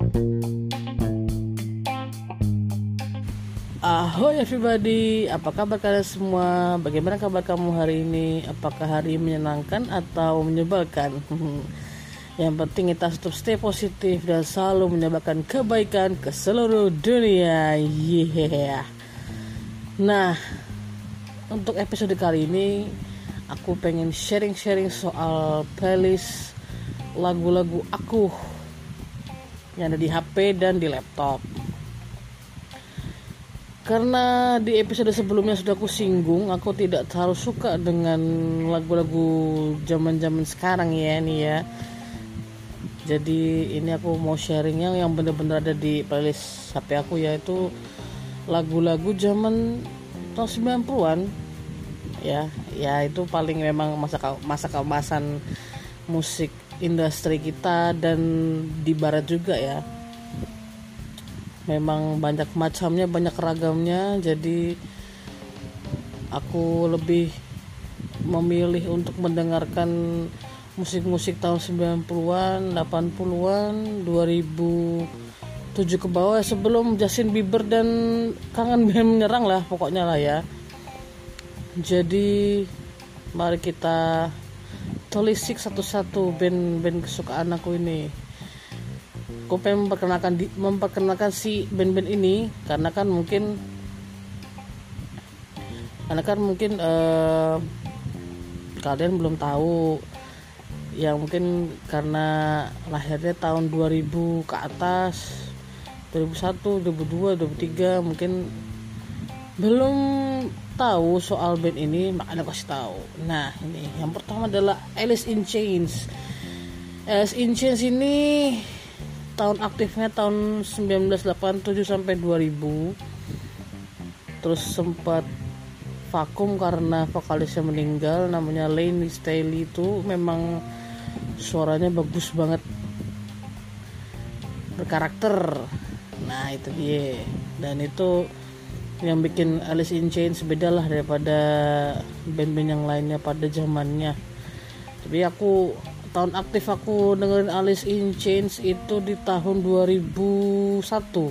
Ahoy everybody, apa kabar kalian semua? Bagaimana kabar kamu hari ini? Apakah hari menyenangkan atau menyebalkan? Yang penting kita tetap stay positif dan selalu menyebarkan kebaikan ke seluruh dunia. Yeah. Nah, untuk episode kali ini aku pengen sharing-sharing soal playlist lagu-lagu aku yang ada di HP dan di laptop. Karena di episode sebelumnya sudah aku singgung, aku tidak terlalu suka dengan lagu-lagu zaman-zaman sekarang ya nih ya. Jadi ini aku mau sharingnya yang benar-benar ada di playlist HP aku, yaitu lagu-lagu zaman tahun 90-an. Ya itu paling memang masa keemasan musik industri kita dan di barat juga ya. Memang banyak macamnya, banyak ragamnya. Jadi aku lebih memilih untuk mendengarkan musik-musik tahun 90-an, 80-an, 2007 ke bawah, sebelum Justin Bieber dan Kangen Band menyerang lah pokoknya lah ya. Jadi mari kita telisik satu-satu band-band kesukaan aku ini. Aku pengen memperkenalkan si band-band ini karena kan mungkin kalian belum tahu ya, mungkin karena lahirnya tahun 2000 ke atas, 2001, 2002, 2003 mungkin belum tahu soal band ini, makanya kasih tahu. Nah, ini yang pertama adalah Alice in Chains. Alice in Chains ini tahun aktifnya tahun 1987 sampai 2000. Terus sempat vakum karena vokalisnya meninggal, namanya Layne Staley. Itu memang suaranya bagus banget, berkarakter. Nah itu dia. Dan itu yang bikin Alice in Chains beda lah daripada band-band yang lainnya pada zamannya. Tapi tahun aktif aku dengerin Alice in Chains itu di tahun 2001.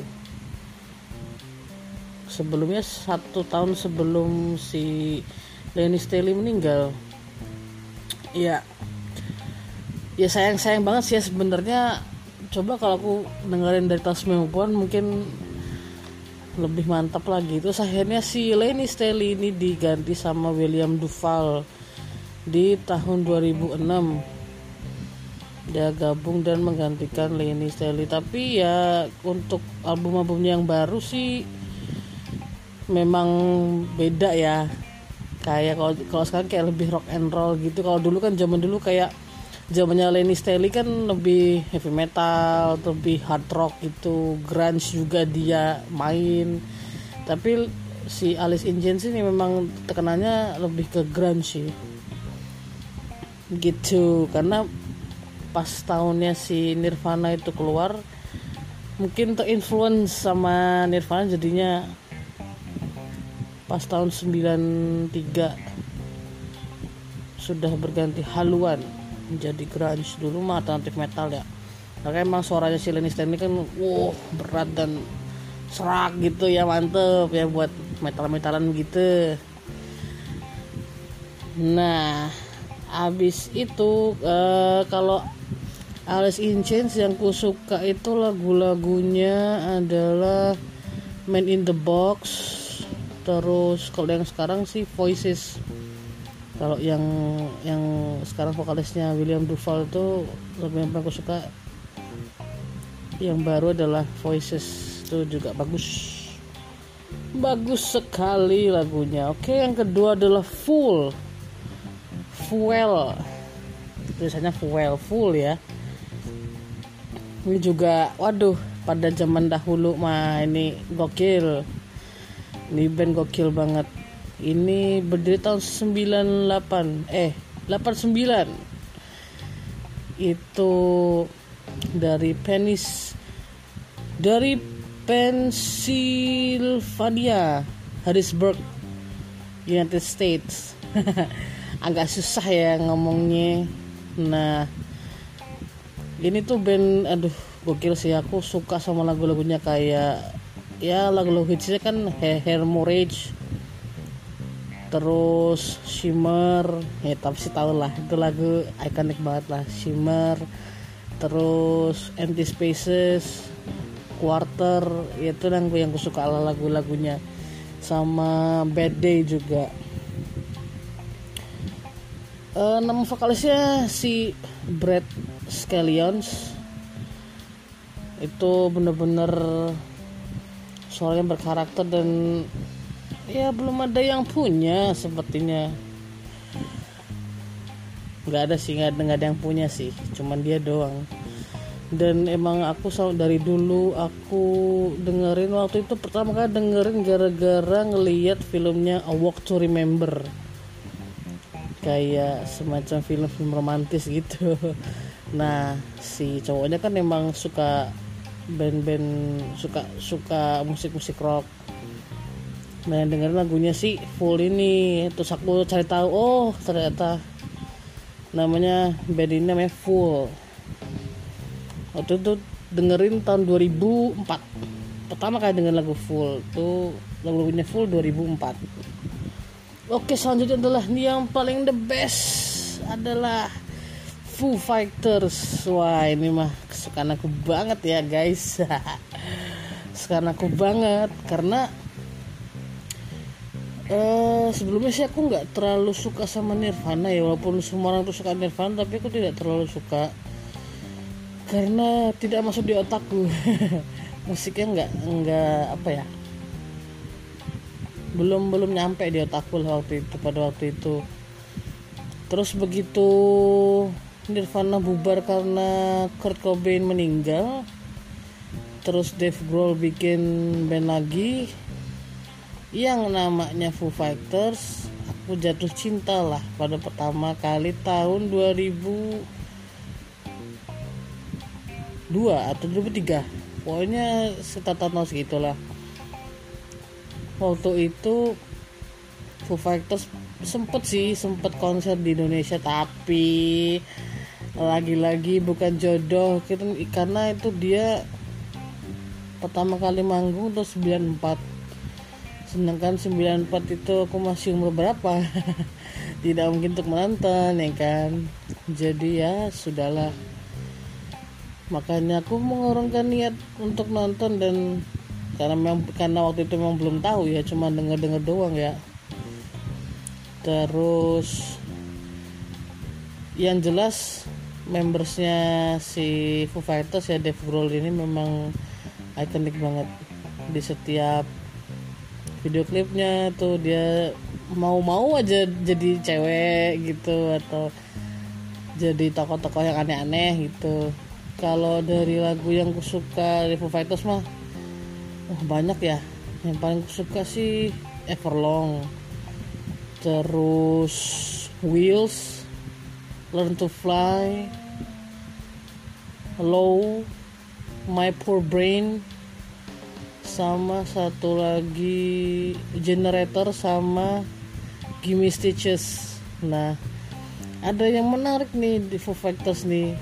Sebelumnya 1 tahun sebelum si Layne Staley meninggal. Ya sayang banget sih ya sebenarnya. Coba kalau aku dengerin dari tahun 90-an mungkin lebih mantap lagi. Terus akhirnya si Layne Staley ini diganti sama William Duvall di tahun 2006. Dia gabung dan menggantikan Layne Staley. Tapi ya untuk album-albumnya yang baru sih memang beda ya. Kayak kalau sekarang kayak lebih rock and roll gitu. Kalau dulu kan zaman dulu kayak zamannya Layne Staley kan lebih heavy metal, lebih hard rock gitu, grunge juga dia main. Tapi si Alice in Chains ini memang tekanannya lebih ke grunge sih. Gitu, karena pas tahunnya si Nirvana itu keluar, mungkin terinfluence sama Nirvana, jadinya pas tahun 93 sudah berganti haluan menjadi grunge. Dulu mah alternatif metal ya. Makanya emang suaranya si Layne Staley kan berat dan serak gitu ya, mantep ya buat metal-metalan gitu. Nah abis itu kalau Alice in Chains yang ku suka itu lagu-lagunya adalah Man in the Box. Terus kalau yang sekarang sih Voices. Kalau yang sekarang vokalisnya William Duvall itu lebih aku suka. Yang baru adalah Voices, itu juga bagus sekali lagunya. Oke, yang kedua adalah Fuel. Tulisannya Fuel ya. Ini juga waduh, pada zaman dahulu mah ini gokil. Ini band gokil banget. Ini berdiri tahun 89. Itu dari Pennsylvania, Harrisburg, United States. Agak susah ya ngomongnya. Nah, ini tuh band gokil sih. Aku suka sama lagu-lagunya, kayak ya lagu-lagu hitsnya kan Hemorrhage, terus Shimmer ya, tapi sih tau lah itu lagu ikonik banget lah, Shimmer. Terus Empty Spaces, Quarter, itu yang aku suka lagu-lagunya. Sama Bad Day juga. Nama vokalisnya si Brad Scallions. Itu bener-bener suaranya berkarakter dan ya belum ada yang punya sepertinya. Nggak ada yang punya sih, cuman dia doang. Dan emang aku dari dulu aku dengerin, waktu itu pertama kali dengerin gara-gara ngelihat filmnya A Walk to Remember, kayak semacam film romantis gitu. Nah si cowoknya kan emang suka band-band, suka musik rock. Nah dengerin lagunya sih full ini, terus aku cari tahu, oh ternyata namanya band ini namanya Full. Waktu itu dengerin tahun 2004 pertama kali dengerin lagu Full tuh, lagunya Full 2004. Oke, selanjutnya adalah yang paling the best adalah Foo Fighters. Wah ini mah kesukaan aku banget ya guys. Kesukaan aku banget karena sebelumnya sih aku nggak terlalu suka sama Nirvana ya, walaupun semua orang tuh suka Nirvana, tapi aku tidak terlalu suka karena tidak masuk di otakku. Musiknya nggak apa ya, belum nyampe di otakku lah pada waktu itu. Terus begitu Nirvana bubar karena Kurt Cobain meninggal, terus Dave Grohl bikin band lagi yang namanya Foo Fighters, aku jatuh cinta lah pada pertama kali tahun 2002 atau 2003, pokoknya sekitar tahun segitulah. Waktu itu Foo Fighters sempet konser di Indonesia, tapi lagi-lagi bukan jodoh karena itu dia pertama kali manggung terus 94, sedangkan 94 itu aku masih umur berapa. Tidak mungkin untuk menonton ya kan, jadi ya sudahlah. Makanya aku mengurungkan niat untuk nonton, dan karena waktu itu memang belum tahu ya, cuma denger doang ya. Terus yang jelas membersnya si Foo Fighters ya, Dave Grohl ini memang ikonik banget. Di setiap video klipnya tuh dia mau aja jadi cewek gitu, atau jadi tokoh-tokoh yang aneh-aneh gitu. Kalau dari lagu yang ku suka dari Foo Fighters mah banyak ya. Yang paling ku suka sih Everlong, terus Wheels, Learn to Fly, Low, My Poor Brain, sama satu lagi Generator, sama Gimme Stitches. Nah ada yang menarik nih di Foo Fighters nih,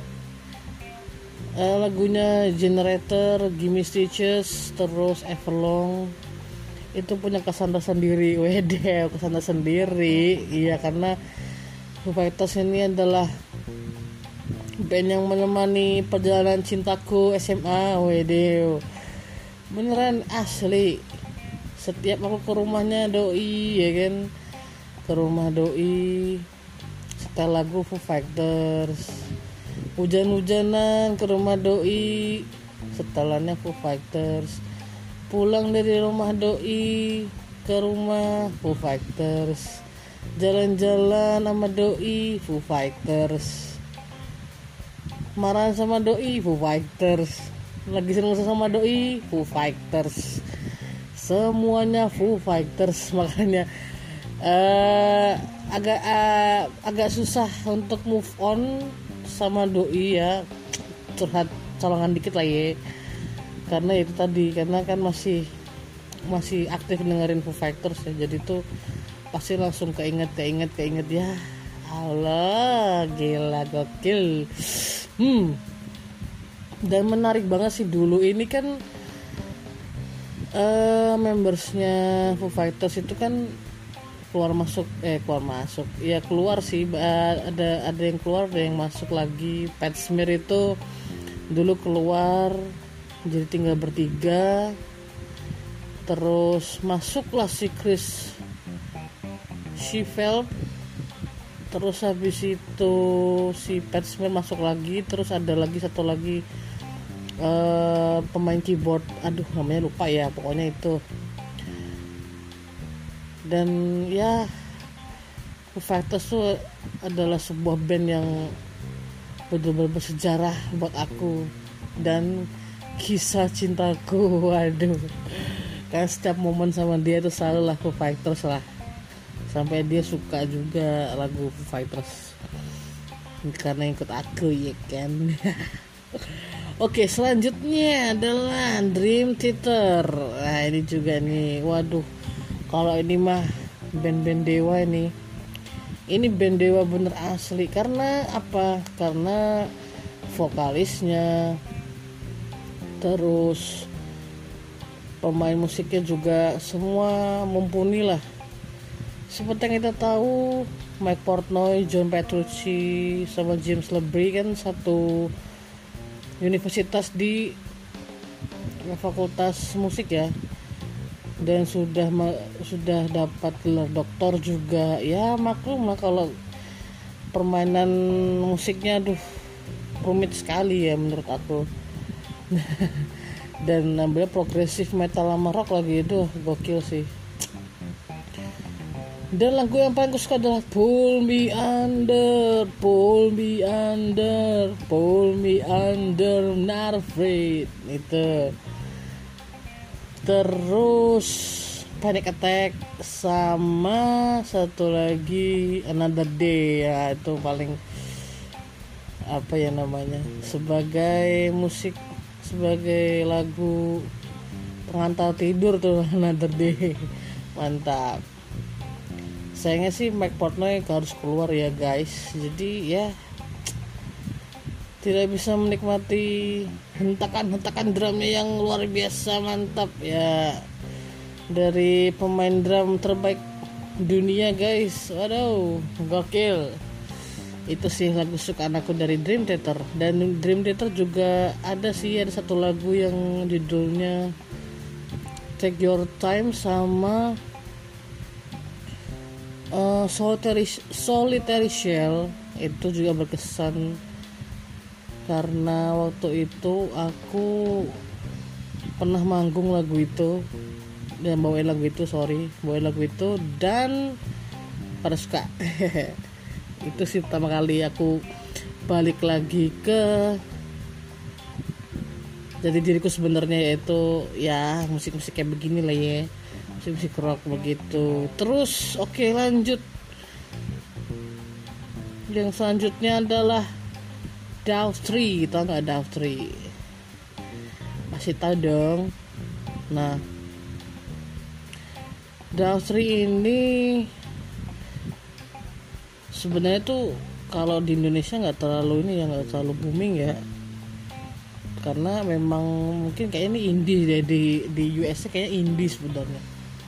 lagunya Generator, Gimme Stitches, terus Everlong itu punya kesan tersendiri. Kesan tersendiri. Iya, karena Foo Fighters ini adalah band yang menemani perjalanan cintaku SMA. Beneran asli. Setiap aku ke rumahnya doi ya kan, ke rumah doi setel lagu Foo Fighters. Hujan-hujanan ke rumah doi setelannya Foo Fighters. Pulang dari rumah doi ke rumah Foo Fighters. Jalan-jalan sama doi Foo Fighters. Marahan sama doi Foo Fighters. Lagi seneng sama doi Foo Fighters. Semuanya Foo Fighters. Makanya agak susah untuk move on sama doi ya. Curhat colongan dikit lah ya, karena itu tadi, karena kan masih aktif dengerin Foo Fighters ya, jadi tuh pasti langsung keinget ya. Allah, gila, gokil. Dan menarik banget sih, dulu ini kan membersnya Foo Fighters itu kan keluar masuk ya, keluar sih, ada yang keluar, ada yang masuk lagi. Pat Smear itu dulu keluar jadi tinggal bertiga, terus masuklah si Chris Sheffield, terus habis itu si Pat Smear masuk lagi, terus ada lagi satu lagi pemain keyboard, namanya lupa ya, pokoknya itu. Dan ya, Foo Fighters tuh adalah sebuah band yang benar-benar bersejarah buat aku dan kisah cintaku. Waduh, kan setiap momen sama dia tuh selalu lah Foo Fighters lah, sampai dia suka juga lagu Foo Fighters karena ikut aku ya kan. Oke, selanjutnya adalah Dream Theater. Nah, ini juga nih, waduh, kalau ini mah band-band dewa ini. Ini band dewa bener asli. Karena apa? Karena vokalisnya, terus pemain musiknya juga semua mumpuni lah. Seperti yang kita tahu, Mike Portnoy, John Petrucci, sama James LeBrie kan satu universitas di fakultas musik ya, dan sudah dapat gelar doktor juga. Ya maklum lah kalau permainan musiknya rumit sekali ya menurut aku. Dan nambahnya progresif metal sama rock lagi, gokil sih. Dan lagu yang paling aku suka adalah Pull Me Under, Pull Me Under, Pull Me Under, Not Afraid. Itu. Terus Panic Attack sama satu lagi Another Day, ya itu paling sebagai musik, sebagai lagu pengantar tidur tuh Another Day. Mantap. Sayangnya sih Mike Portnoy harus keluar ya guys, jadi ya tidak bisa menikmati hentakan drumnya yang luar biasa mantap ya, dari pemain drum terbaik dunia guys. Waduh, gokil. Itu sih lagu kesukaan aku dari Dream Theater. Dan Dream Theater juga ada satu lagu yang judulnya Take Your Time sama Solitary Shell. Itu juga berkesan karena waktu itu aku pernah manggung lagu itu dan bawain lagu itu dan pada suka. Itu sih pertama kali aku balik lagi ke jadi diriku sebenarnya, yaitu ya musik-musik kayak begini lah ya, musik rock begitu. Terus oke, lanjut. Yang selanjutnya adalah Daughtry. Tahu nggak Daughtry? Masih tahu dong. Nah, Daughtry ini sebenarnya tuh kalau di Indonesia nggak terlalu booming ya, karena memang mungkin kayak ini indie deh, di US kayak indie sebenarnya.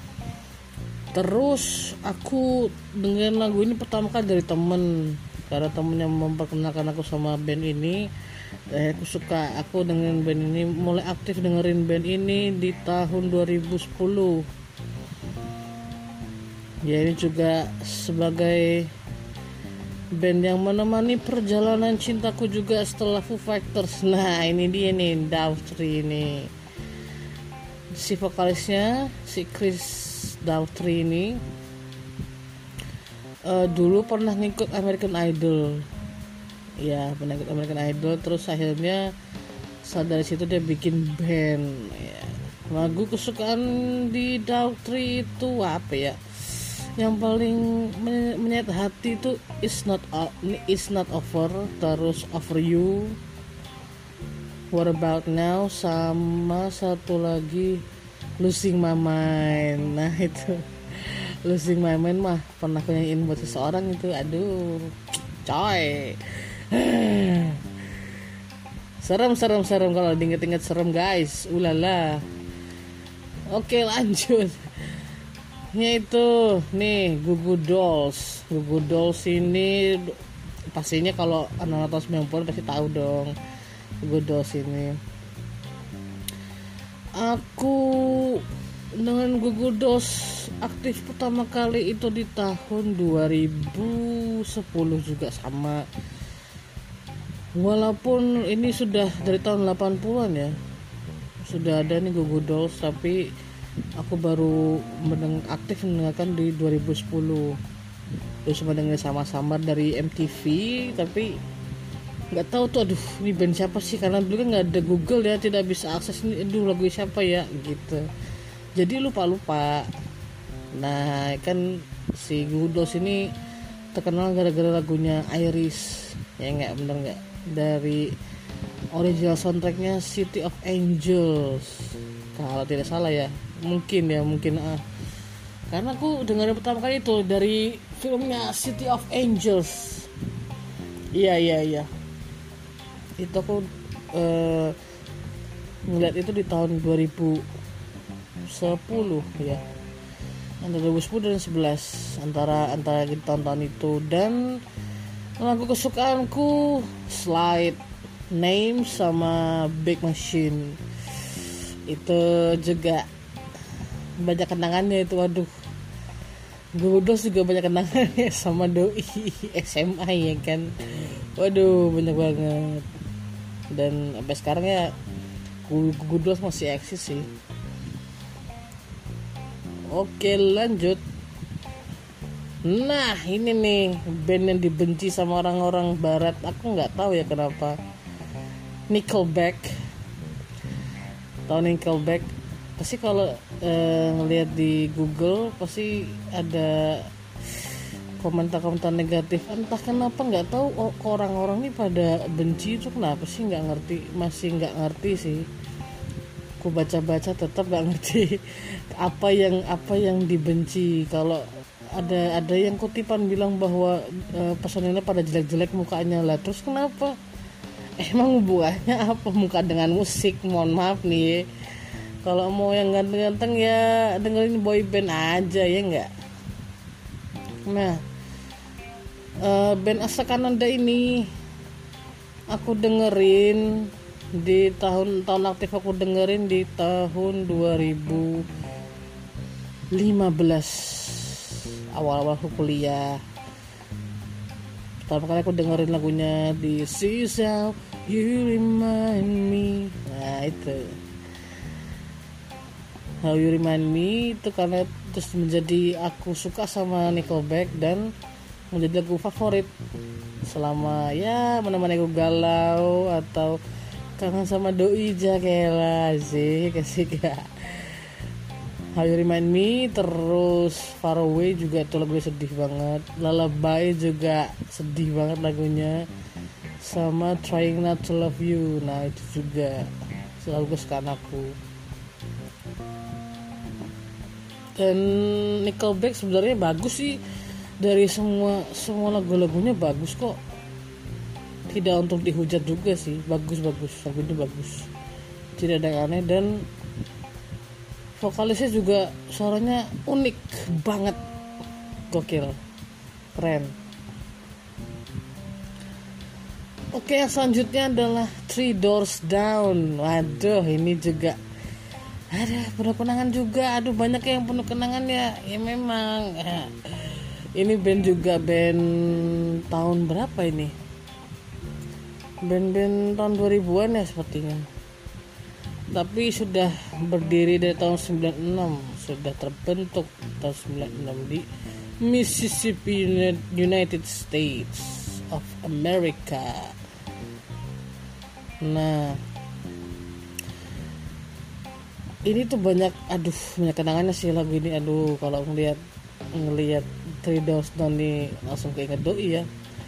Terus aku dengerin lagu ini pertama kali dari temen, karena temen yang memperkenalkan aku sama band ini. Aku dengerin band ini, mulai aktif dengerin band ini di tahun 2010 ya. Ini juga sebagai band yang menemani perjalanan cintaku juga setelah Foo Fighters. Nah, ini dia nih, Daughtry ini. Si vokalisnya, si Chris Daughtry ini dulu pernah ngikut American Idol. Ya, pernah ikut American Idol, terus akhirnya dari situ dia bikin band ya. Lagu kesukaan di Daughtry itu apa ya? Yang paling menyayat hati itu It's Not Over, terus Over You, What About Now, sama satu lagi Losing My Mind. Nah itu Losing My Mind mah pernah aku nyanyiin buat seseorang itu. Aduh coy. serem kalau diinget-inget serem guys, ulala. Oke lanjut. Yaitu nih Goo Goo Dolls. Goo Goo Dolls ini pastinya kalau anak tahun 90 pasti tahu dong Goo Goo Dolls ini. Aku dengan Goo Goo Dolls aktif pertama kali itu di tahun 2010 juga sama. Walaupun ini sudah dari tahun 80-an ya. Sudah ada nih Goo Goo Dolls, tapi aku baru aktif mendengarkan di 2010. Terus cuma dengar sama-sama dari MTV, tapi nggak tahu tuh, aduh ini band siapa sih, karena dulu kan nggak ada Google ya, tidak bisa akses ini, aduh lagu siapa ya gitu, jadi lupa. Nah kan si Goo Goo Dolls ini terkenal gara-gara lagunya Iris, ya nggak, bener nggak, dari original soundtracknya City of Angels kalau tidak salah ya, mungkin karena aku dengerin pertama kali itu dari filmnya City of Angels. Iya itu aku ngeliat itu di tahun 2010 ya, antara 2010 dan 2011, antara tahun-tahun itu. Dan lagu kesukaanku Slide, Name sama Big Machine. Itu juga banyak kenangannya itu, waduh. Goo Goo Dolls juga banyak kenangannya sama doi SMA ya kan, waduh banyak banget. Dan sampai sekarang ya Goo Goo Dolls masih eksis sih. Oke lanjut. Nah ini nih band yang dibenci sama orang-orang barat, aku nggak tahu ya kenapa. Nickelback. Tahu Nickelback? Pasti kalau ngelihat di Google pasti ada komentar-komentar negatif. Entah kenapa, nggak tahu orang-orang ini pada benci itu kenapa sih, masih nggak ngerti sih. Aku baca-baca tetap nggak ngerti apa yang dibenci. Kalau ada yang kutipan bilang bahwa personilnya pada jelek-jelek mukanya lah, terus kenapa? Emang hubungannya apa muka dengan musik? Mohon maaf nih, kalau mau yang ganteng-ganteng ya dengerin boy band aja ya enggak. Nah band asal Kanada ini aku dengerin di tahun aktif, aku dengerin di tahun 2015, awal-awal aku kuliah. Pertama kali aku dengerin lagunya di This Is How You Remind Me. Nah itu How You Remind Me itu karena terus menjadi aku suka sama Nickelback dan menjadi lagu favorit selama ya mana-mana aku galau atau kangen sama doi jakela sih kasih gak. How You Remind Me, terus Far Away juga tuh lagunya sedih banget. Lullaby juga sedih banget lagunya, sama Trying Not to Love You. Nah itu juga selalu kesukaan aku. Dan Nickelback sebenarnya bagus sih, dari semua lagu-lagunya bagus kok, tidak untuk dihujat juga sih, bagus lagunya bagus, tidak ada yang aneh. Dan vokalisnya juga suaranya unik banget, gokil, keren. Oke, yang selanjutnya adalah Three Doors Down. Waduh, ini juga ada penuh kenangan juga. Aduh, banyak yang penuh kenangan ya. Ya memang. Ini band juga band tahun berapa ini? Band tahun 2000-an ya sepertinya. Tapi sudah berdiri dari tahun 96, sudah terbentuk tahun 96 di Mississippi, United States of America. Nah, ini tuh banyak kenangannya sih lagu ini. Aduh, kalau ngelihat Three Doors Down nih langsung keinget doi ya.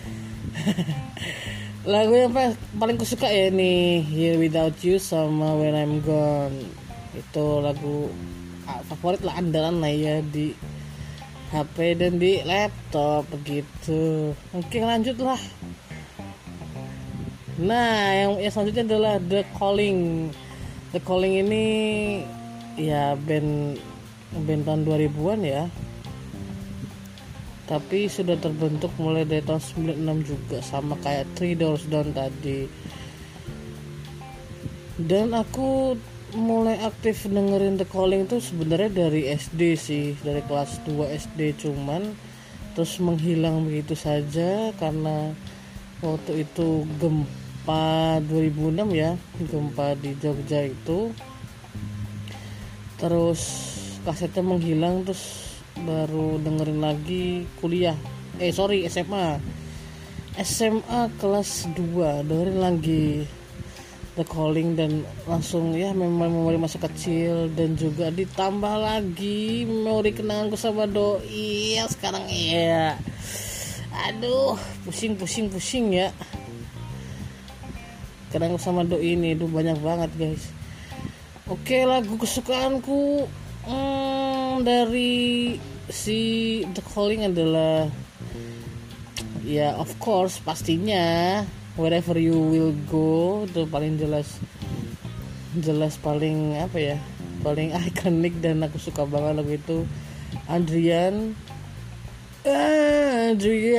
Lagu yang paling kusuka ya nih Here Without You sama When I'm Gone. Itu lagu favorit lah, andalan lah ya di HP dan di laptop begitu. Oke lanjut lah. Nah, yang selanjutnya adalah The Calling. The Calling ini ya band tahun 2000-an ya. Tapi sudah terbentuk mulai dari tahun 96 juga, sama kayak Three Doors Down tadi. Dan aku mulai aktif dengerin The Calling tuh sebenarnya dari SD sih, dari kelas 2 SD, cuman terus menghilang begitu saja karena waktu itu gempa 2006 ya, gempa di Jogja itu. Terus kasetnya menghilang, terus baru dengerin lagi kuliah. SMA kelas 2 dengerin lagi The Calling, dan langsung ya memori masa kecil, dan juga ditambah lagi memori kenanganku sama doi ya sekarang ya. Aduh, pusing ya. Kenangan sama doi ini tuh banyak banget guys. Oke, lagu kesukaanku dari si The Calling adalah ya of course pastinya Wherever You Will Go. Itu paling jelas paling apa ya, paling ikonik, dan aku suka banget lagu itu. Adrian I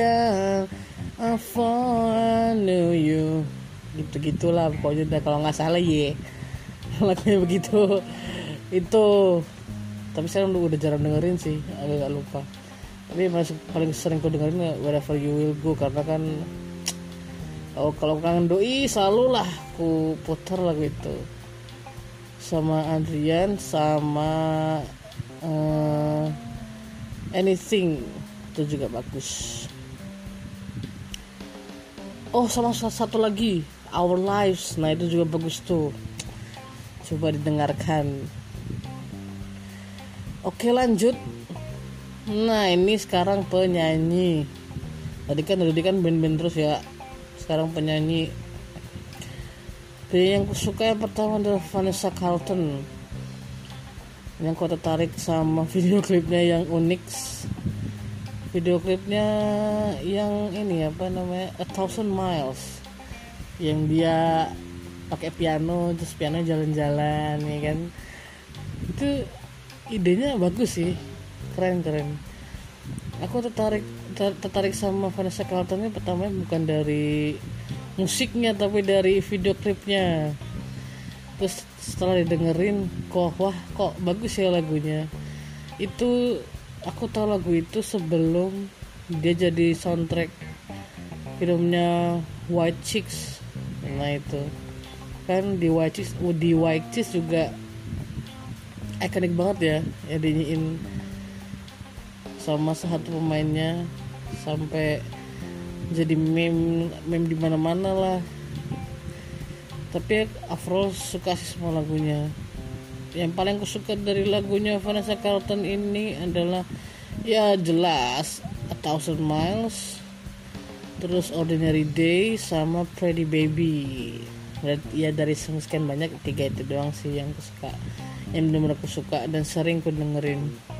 knew you, gitu-gitulah pokoknya kalau nggak salah ya lagunya begitu itu. Tapi saya udah jarang dengerin sih, agak lupa. Tapi masih paling sering ku dengerin Wherever You Will Go, karena kan kalau kangen doi selalu lah ku putar lagu itu. Sama Adrian, sama Anything itu juga bagus. Oh, sama satu lagi Our Lives, nah itu juga bagus tuh, coba didengarkan. Oke, lanjut. Nah, ini sekarang penyanyi. Tadi kan band-band terus ya, sekarang penyanyi. Yang aku suka yang pertama adalah Vanessa Carlton. Yang aku tertarik sama video klipnya yang unik. Video klipnya yang ini apa namanya, 1,000 Miles, yang dia pakai piano, terus piano jalan-jalan ya kan. Itu idenya bagus sih, keren. Aku tertarik sama Vanessa Carlton ini pertama bukan dari musiknya, tapi dari video klipnya. Terus setelah didengerin kok bagus ya lagunya. Itu aku tahu lagu itu sebelum dia jadi soundtrack filmnya White Chicks. Nah itu kan di White Chicks juga ikonik banget ya dinyiin sama satu pemainnya, sampai jadi meme di mana-mana lah. Tapi overall suka sih semua lagunya. Yang paling aku suka dari lagunya Vanessa Carlton ini adalah ya jelas 1,000 Miles, terus Ordinary Day, sama Pretty Baby. Ya dari sekian banyak 3 itu doang sih yang aku suka, yang benar-benar aku suka dan sering aku dengerin.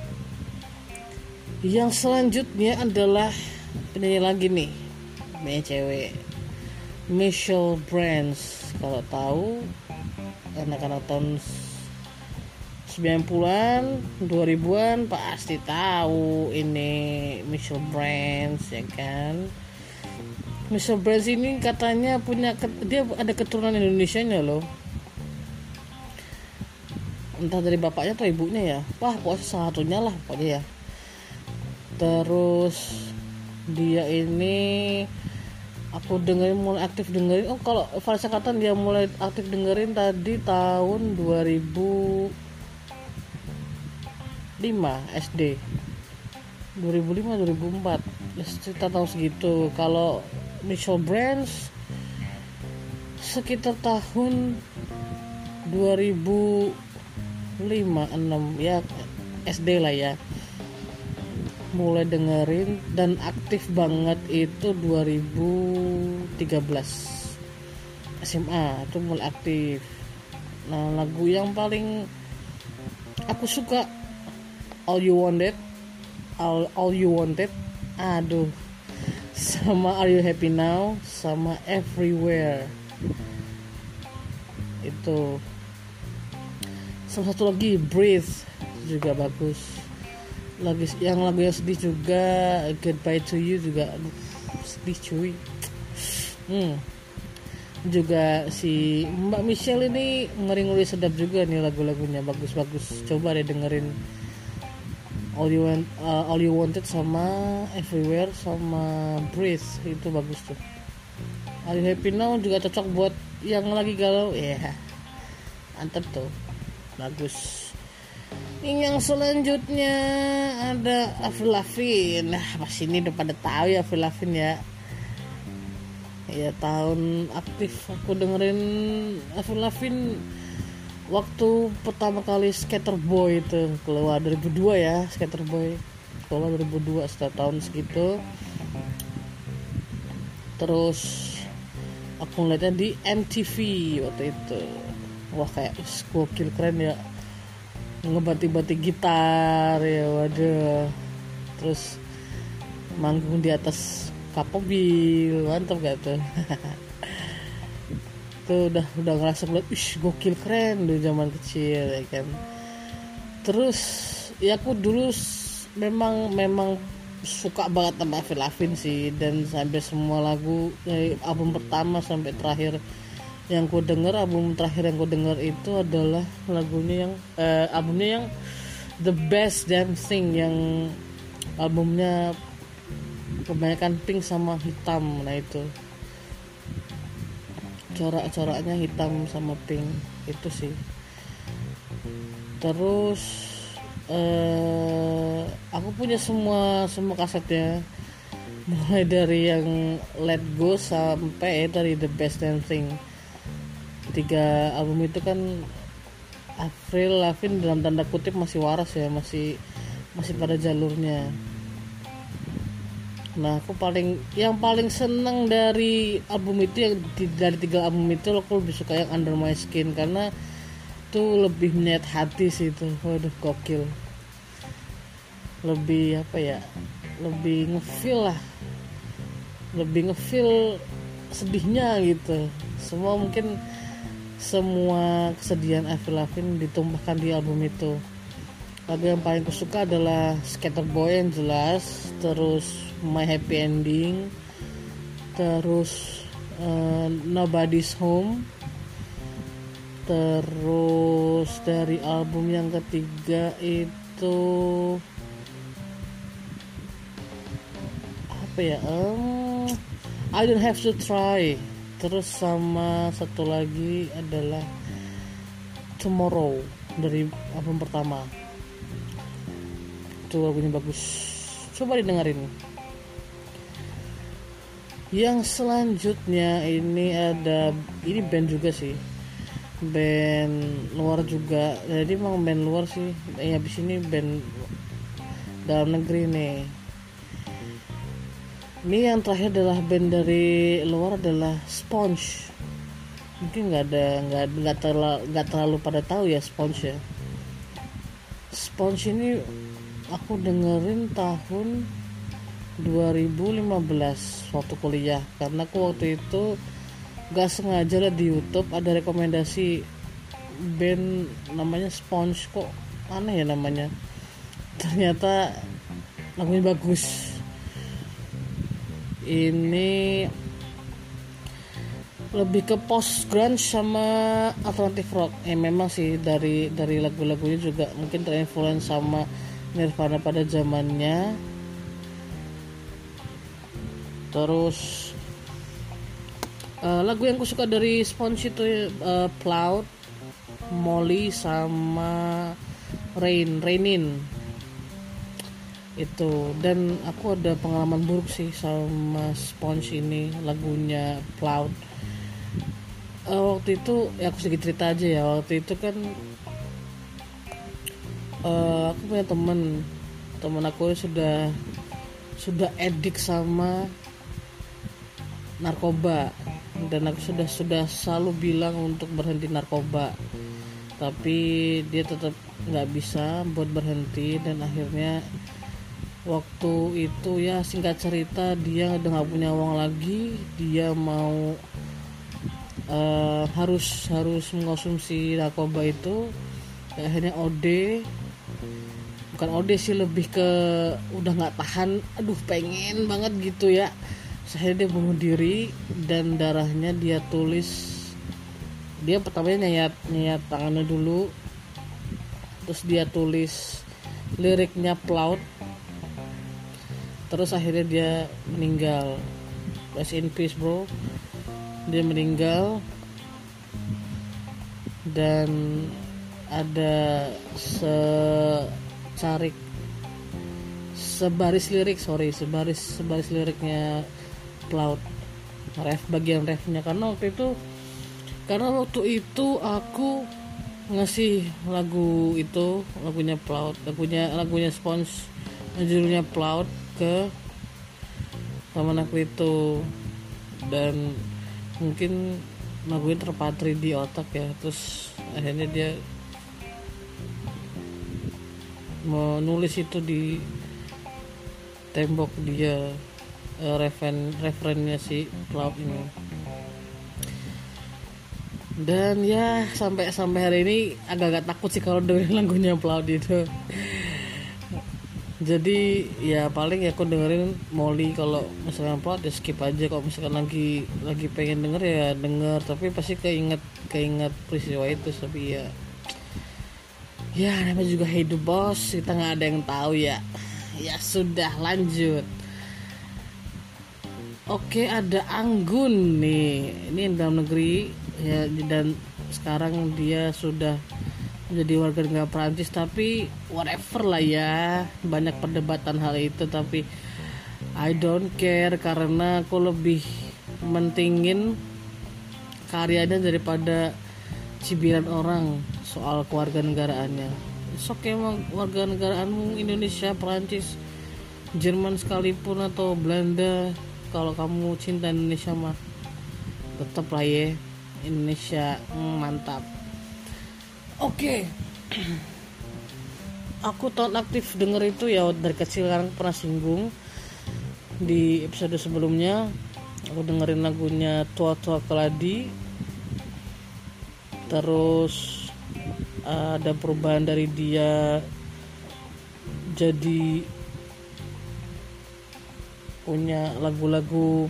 Yang selanjutnya adalah penyanyi lagi nih, penyanyi cewek, Michelle Branch. Kalau tahu anak-anak tahun 90-an, 2000-an pasti tahu ini Michelle Branch ya kan. Michelle Branch ini katanya dia ada keturunan Indonesianya loh. Entah dari bapaknya atau ibunya ya. Wah, pokoknya salah satunya lah pokoknya ya. Terus dia ini aku mulai aktif dengerin. Oh, kalau Vanessa Carlton dia mulai aktif dengerin tadi tahun 2005 SD. 2005-2004 ya, sekitar tahun segitu. Kalau Michelle Branch sekitar tahun 2005-6 ya, SD lah ya, mulai dengerin, dan aktif banget itu 2013 SMA itu mulai aktif. Nah, lagu yang paling aku suka All You Wanted, aduh, sama Are You Happy Now, sama Everywhere. itu. Salah satu lagi Breathe juga bagus. Lagu yang sedih juga, Goodbye to You juga sedih cuy. Juga si Mbak Michelle ini ngeri-ngeri sedap juga nih lagu-lagunya, bagus-bagus. Coba deh dengerin All You Wanted sama Everywhere sama Breathe, itu bagus tuh. Are You Happy Now juga cocok buat yang lagi galau ya. Mantap tuh, bagus. Yang selanjutnya ada Avril Lavigne. Nah, pas ini udah pada tahu ya Avril Lavigne ya. Ya tahun aktif aku dengerin Avril Lavigne waktu pertama kali Skater Boy itu keluar 2002 ya. Skater Boy keluar 2002, setelah tahun segitu. Terus aku ngeliatnya di MTV waktu itu. Wah, kayak gokil, keren ya, ngebatik-batik gitar ya, waduh. Terus manggung di atas kap mobil, mantap gak tuh? Tuh udah ngerasa ngeliat, gokil, keren dulu zaman kecil ya kan. Terus ya aku dulu memang suka banget sama Avril Lavigne sih, dan sampai semua lagu dari album pertama sampai terakhir yang ku denger, album terakhir yang ku denger itu adalah lagunya yang albumnya yang The Best Damn Thing, yang albumnya kebanyakan pink sama hitam. Nah itu corak-coraknya hitam sama pink itu sih. Terus aku punya semua kasetnya, mulai dari yang Let Go sampai dari The Best Damn Thing. 3 album itu kan Avril Lavigne dalam tanda kutip masih waras ya, masih pada jalurnya. Nah, aku yang paling seneng dari album itu, yang dari 3 album itu aku lebih suka yang Under My Skin, karena itu lebih menyayat hati sih itu. Waduh, gokil. Lebih apa ya? Lebih ngefeel lah. Lebih ngefeel sedihnya gitu. Semua kesedihan Avril Lavigne ditumpahkan di album itu. Lagu yang paling kusuka adalah Skater Boy yang jelas, terus My Happy Ending, terus Nobody's Home, terus dari album yang ketiga itu apa ya, I Don't Have to Try, terus sama satu lagi adalah Tomorrow dari album pertama. Itu lagunya bagus, coba didengerin. Yang selanjutnya ini band juga sih, band luar juga. Jadi emang band luar sih. Habis ini band dalam negeri nih. Ini yang terakhir adalah band dari luar adalah Sponge. Mungkin nggak terlalu pada tahu ya Sponge ya. Sponge ini aku dengerin tahun 2015 waktu kuliah, karena aku waktu itu gak sengaja lihat di YouTube ada rekomendasi band namanya Sponge, kok aneh ya namanya, ternyata lagunya bagus. Ini lebih ke post grunge sama alternative rock. Memang sih dari lagu-lagunya juga mungkin terinfluence sama Nirvana pada zamannya. Terus lagu yang kusuka dari Sponge itu Cloud, Molly sama Rainin itu. Dan aku ada pengalaman buruk sih sama Sponge ini, lagunya Cloud. Waktu itu ya aku sedikit cerita aja ya. Waktu itu kan aku punya teman aku sudah edik sama narkoba, dan aku sudah selalu bilang untuk berhenti narkoba, tapi dia tetap nggak bisa buat berhenti. Dan akhirnya waktu itu ya, singkat cerita, dia udah nggak punya uang lagi, dia mau harus mengkonsumsi narkoba itu, akhirnya OD. Bukan OD sih, lebih ke udah nggak tahan, aduh pengen banget gitu ya. Akhirnya dia bunuh diri, dan darahnya dia tulis. Dia pertamanya nyayat tangannya dulu, terus dia tulis liriknya Plout, terus akhirnya dia meninggal. Rest in peace bro. Dia meninggal, dan ada sebaris liriknya Plout, bagian refnya, karena waktu itu aku ngasih lagunya Plout, lagunya Sponge, judulnya Plout, ke teman aku itu, dan mungkin lagunya terpatri di otak ya. Terus akhirnya dia menulis itu di tembok dia, referennya si Plout ini. Dan ya sampai hari ini agak-agak takut sih kalau dengerin lagunya Plout itu. Jadi ya paling ya aku dengerin Molly, kalau misalkan Plout ya skip aja. Kalau misalkan lagi pengen denger ya denger, tapi pasti keinget peristiwa itu. Tapi ya namanya juga hidup bos, kita nggak ada yang tahu ya. Ya sudah, lanjut. Oke, ada Anggun nih. Ini dalam negeri ya, dan sekarang dia sudah menjadi warga negara Prancis. Tapi whatever lah ya, banyak perdebatan hal itu, tapi I don't care, karena aku lebih mentingin karyanya daripada cibiran orang soal kewarganegaraannya. Sok emang warga negaraanmu Indonesia, Prancis, Jerman sekalipun, atau Belanda, kalau kamu cinta Indonesia mah tetap lah ya Indonesia, mantap. Oke. Aku tahun aktif denger itu ya dari kecil, kan pernah singgung di episode sebelumnya. Aku dengerin lagunya Tua-Tua Keladi, terus ada perubahan dari dia jadi punya lagu-lagu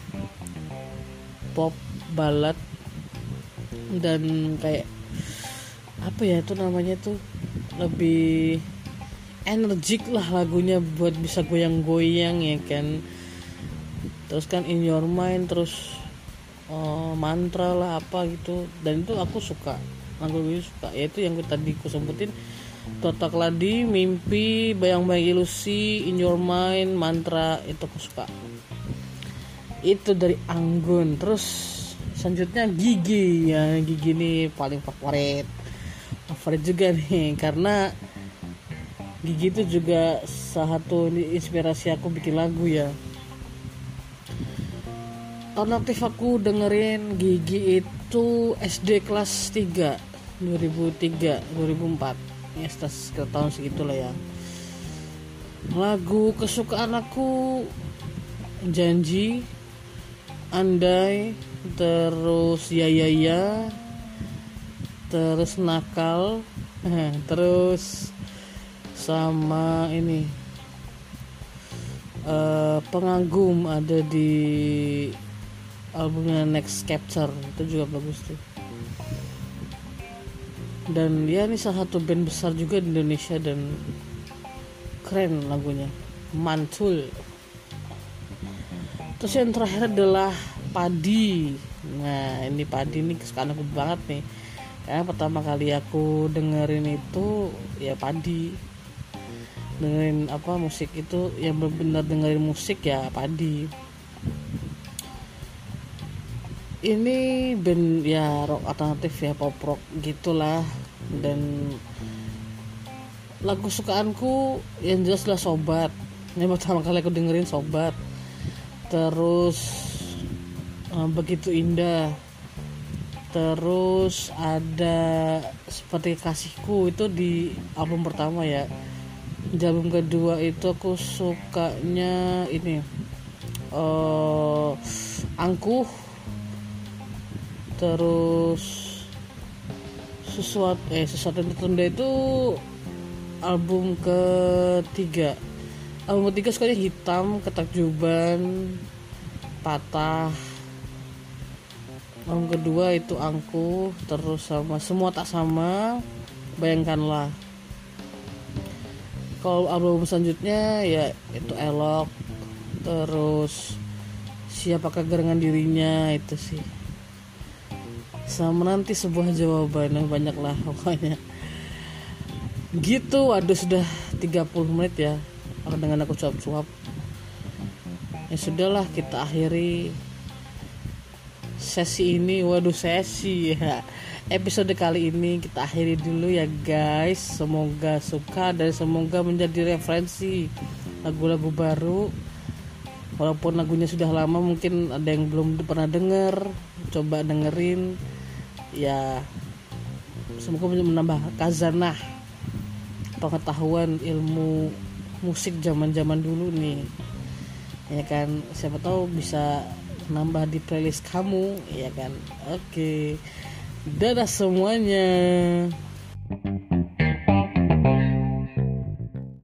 pop ballad, dan kayak apa ya itu namanya tuh, lebih energik lah lagunya buat bisa goyang-goyang ya kan. Terus kan In Your Mind, terus mantra lah apa gitu, dan itu aku suka, lagu itu suka. Yaitu yang tadi aku sebutin, Tua-Tua Keladi, Mimpi, Bayang-Bayang Ilusi, In Your Mind, Mantra, itu aku suka. Itu dari Anggun. Terus selanjutnya Gigi ya. Gigi ini paling favorit juga nih, karena Gigi itu juga salah satu inspirasi aku bikin lagu ya. Tahun aktif aku dengerin Gigi itu SD kelas 3, 2003 2004 ya, sekitar tahun segitulah ya. Lagu kesukaan aku Janji, Andai, terus Ya, terus Nakal, terus sama ini Pengagum, ada di albumnya Next Capture, itu juga bagus tuh. Dan dia ini salah satu band besar juga di Indonesia, dan keren lagunya, mantul. Terus yang terakhir adalah Padi. Nah ini Padi ini kesukaan aku banget nih, karena pertama kali aku dengerin itu ya Padi. Dengerin musik itu yang benar-benar dengerin musik ya Padi. Ini band ya rock alternatif ya, pop rock gitulah. Dan lagu sukaanku yang jelas lah Sobat. Ini pertama kali aku dengerin Sobat. Terus Begitu Indah. Terus ada Seperti Kasihku, itu di album pertama ya. Di album kedua itu aku sukanya ini Angkuh. Terus sesuatu yang tertunda itu album ketiga. Album ketiga sukanya Hitam, Ketakjuban, Patah. Album kedua itu Angkuh, terus sama Semua Tak Sama, Bayangkanlah. Kalau album selanjutnya ya itu Elok, terus Siapakah Gerangan Dirinya, itu sih. Sama Nanti Sebuah Jawaban, banyak lah pokoknya. Gitu, waduh sudah 30 menit ya dengan aku cuap-cuap. Ya sudahlah, kita akhiri sesi ini. Waduh, sesi ya. Episode kali ini kita akhiri dulu ya guys. Semoga suka dan semoga menjadi referensi lagu-lagu baru. Walaupun lagunya sudah lama, mungkin ada yang belum pernah denger, coba dengerin ya. Semoga menambah khazanah pengetahuan ilmu musik zaman-zaman dulu nih. Ya kan, siapa tahu bisa nambah di playlist kamu, ya kan. Oke. Dadah semuanya.